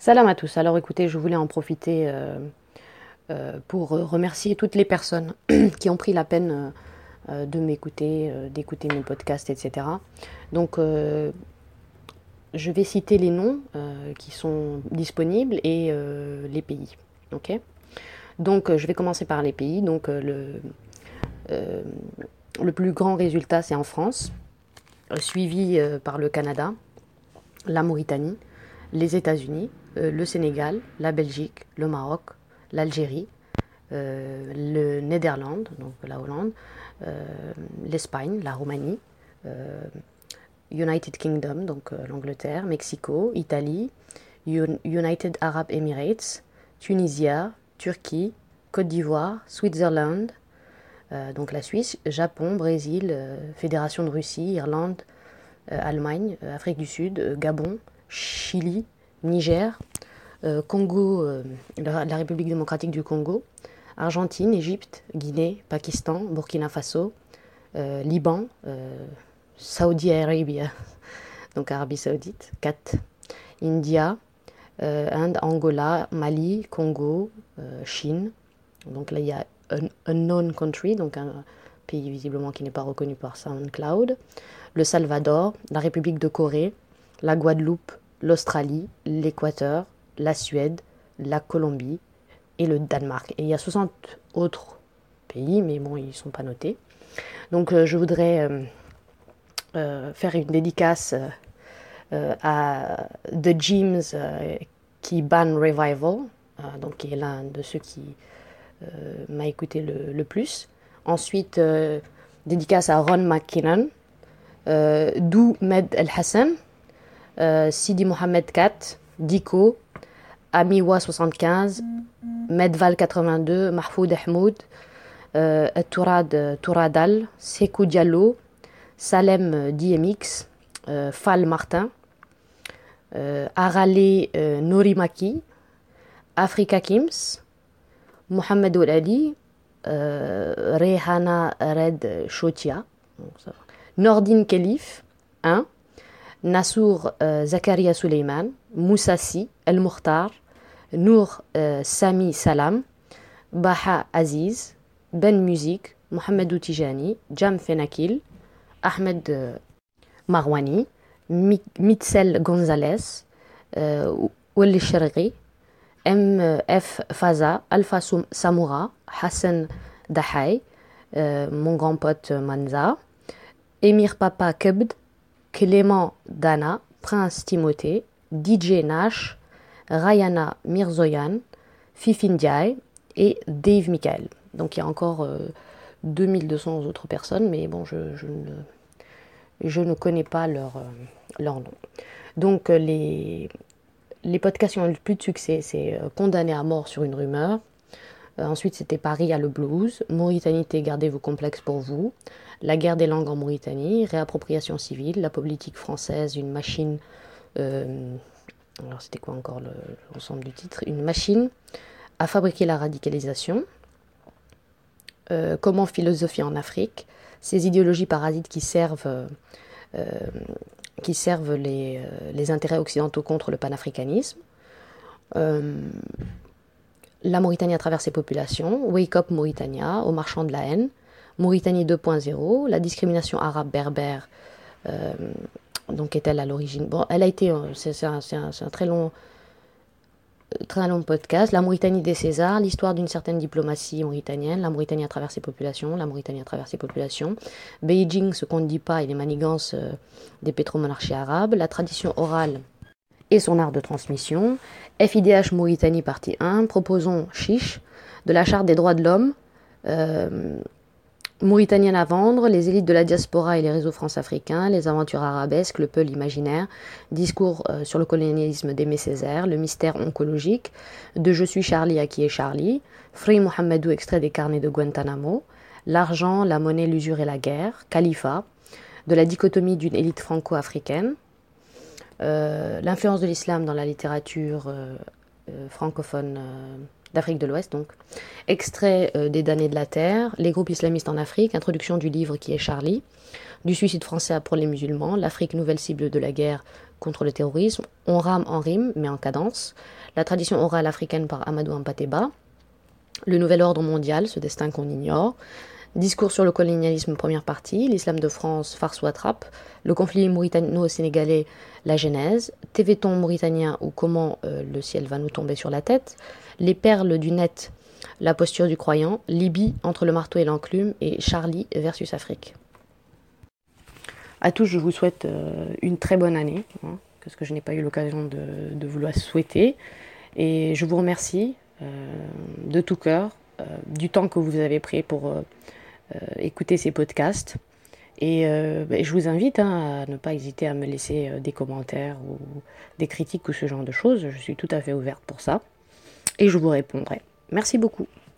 Salam à tous. Alors écoutez, je voulais en profiter pour remercier toutes les personnes qui ont pris la peine de m'écouter, d'écouter mes podcasts, etc. Donc je vais citer les noms qui sont disponibles et les pays. Ok. Donc je vais commencer par les pays. Donc euh, le plus grand résultat, c'est en France, suivi par le Canada, la Mauritanie, les États-Unis, le Sénégal, la Belgique, le Maroc, l'Algérie, le Néderlande, donc la Hollande, l'Espagne, la Roumanie, United Kingdom, donc l'Angleterre, Mexico, Italie, United Arab Emirates, Tunisia, Turquie, Côte d'Ivoire, Switzerland, donc la Suisse, Japon, Brésil, Fédération de Russie, Irlande, Allemagne, Afrique du Sud, Gabon, Chili, Niger, Congo, la République démocratique du Congo, Argentine, Égypte, Guinée, Pakistan, Burkina Faso, Liban, Saudi Arabia, donc Arabie Saoudite, 4, India, Inde, Angola, Mali, Congo, Chine. Donc là, il y a un unknown country, donc un pays visiblement qui n'est pas reconnu par SoundCloud, le Salvador, la République de Corée, la Guadeloupe, l'Australie, l'Équateur, la Suède, la Colombie et le Danemark. Et il y a 60 autres pays, mais bon, ils ne sont pas notés. Donc je voudrais faire une dédicace à The James qui ban Revival, donc qui est l'un de ceux qui m'a écouté le plus. Ensuite, dédicace à Ron McKinnon, Dou Med El Hassan, Sidi Mohamed 4, Diko, Amiwa 75, Medval 82, Mahfoud Ahmoud, Touradal, Sekou Diallo, Salem DMX, Fal Martin, Arale Norimaki, Africa Kims, Mohamed Ali, Rehana Red Shotia, Nordin Khelif, 1, Nassour Zakaria Suleiman, Moussassi El Mukhtar, Nour Sami Salam, Baha Aziz, Ben Music, Mohamed Tijani, Jam Fenakil, Ahmed Marwani, Mitzel Gonzalez, Wali Sharghi, MF Faza, Alpha Samoura, Hassan Dahay, mon grand pote Manza, Emir Papa Kebd, Clément Dana, Prince Timothée, DJ Nash, Rayana Mirzoyan, Fifin Diaye et Dave Michael. Donc il y a encore 2200 autres personnes, mais bon, je ne connais pas leur nom. Donc les podcasts qui ont eu le plus de succès, c'est Condamné à mort sur une rumeur. Ensuite, c'était Paris a le blues, Mauritanie, gardez vos complexes pour vous, La guerre des langues en Mauritanie, Réappropriation civile, La politique française, une machine. Alors, c'était quoi encore l'ensemble du titre? Une machine à fabriquer la radicalisation. Comment philosopher en Afrique, ces idéologies parasites qui servent les intérêts occidentaux contre le panafricanisme. La Mauritanie à travers ses populations, Wake Up Mauritania, Aux marchands de la haine, Mauritanie 2.0, la discrimination arabe berbère, donc est-elle à l'origine? Bon, elle a été, c'est un très long podcast. La Mauritanie des Césars, l'histoire d'une certaine diplomatie mauritanienne, la Mauritanie à travers ses populations, la Mauritanie à travers ses populations, Beijing, ce qu'on ne dit pas, et les manigances des pétromonarchies arabes, la tradition orale et son art de transmission, FIDH Mauritanie partie 1, proposons chiche, de la charte des droits de l'homme, Mauritanienne à vendre, les élites de la diaspora et les réseaux france-africains, les aventures arabesques, le peul imaginaire, discours sur le colonialisme d'Aimé Césaire, le mystère oncologique, de Je suis Charlie à qui est Charlie, Free Mohamedou, extrait des carnets de Guantanamo, l'argent, la monnaie, l'usure et la guerre, Khalifa, de la dichotomie d'une élite franco-africaine, l'influence de l'islam dans la littérature francophone d'Afrique de l'Ouest donc. Extrait des damnés de la terre, les groupes islamistes en Afrique, introduction du livre qui est Charlie, du suicide français pour les musulmans, l'Afrique nouvelle cible de la guerre contre le terrorisme, on rame en rime mais en cadence, la tradition orale africaine par Amadou Hampâté-Bâ, le nouvel ordre mondial, ce destin qu'on ignore, discours sur le colonialisme première partie, l'islam de France, farce ou attrape, le conflit mauritano-sénégalais, la genèse, TV-ton mauritanien ou comment le ciel va nous tomber sur la tête, les perles du net, la posture du croyant, Libye entre le marteau et l'enclume et Charlie versus Afrique. À tous, je vous souhaite une très bonne année, parce que je n'ai pas eu l'occasion de vous la souhaiter. Et je vous remercie de tout cœur du temps que vous avez pris pour écouter ces podcasts. Et je vous invite à ne pas hésiter à me laisser des commentaires ou des critiques ou ce genre de choses. Je suis tout à fait ouverte pour ça. Et je vous répondrai. Merci beaucoup.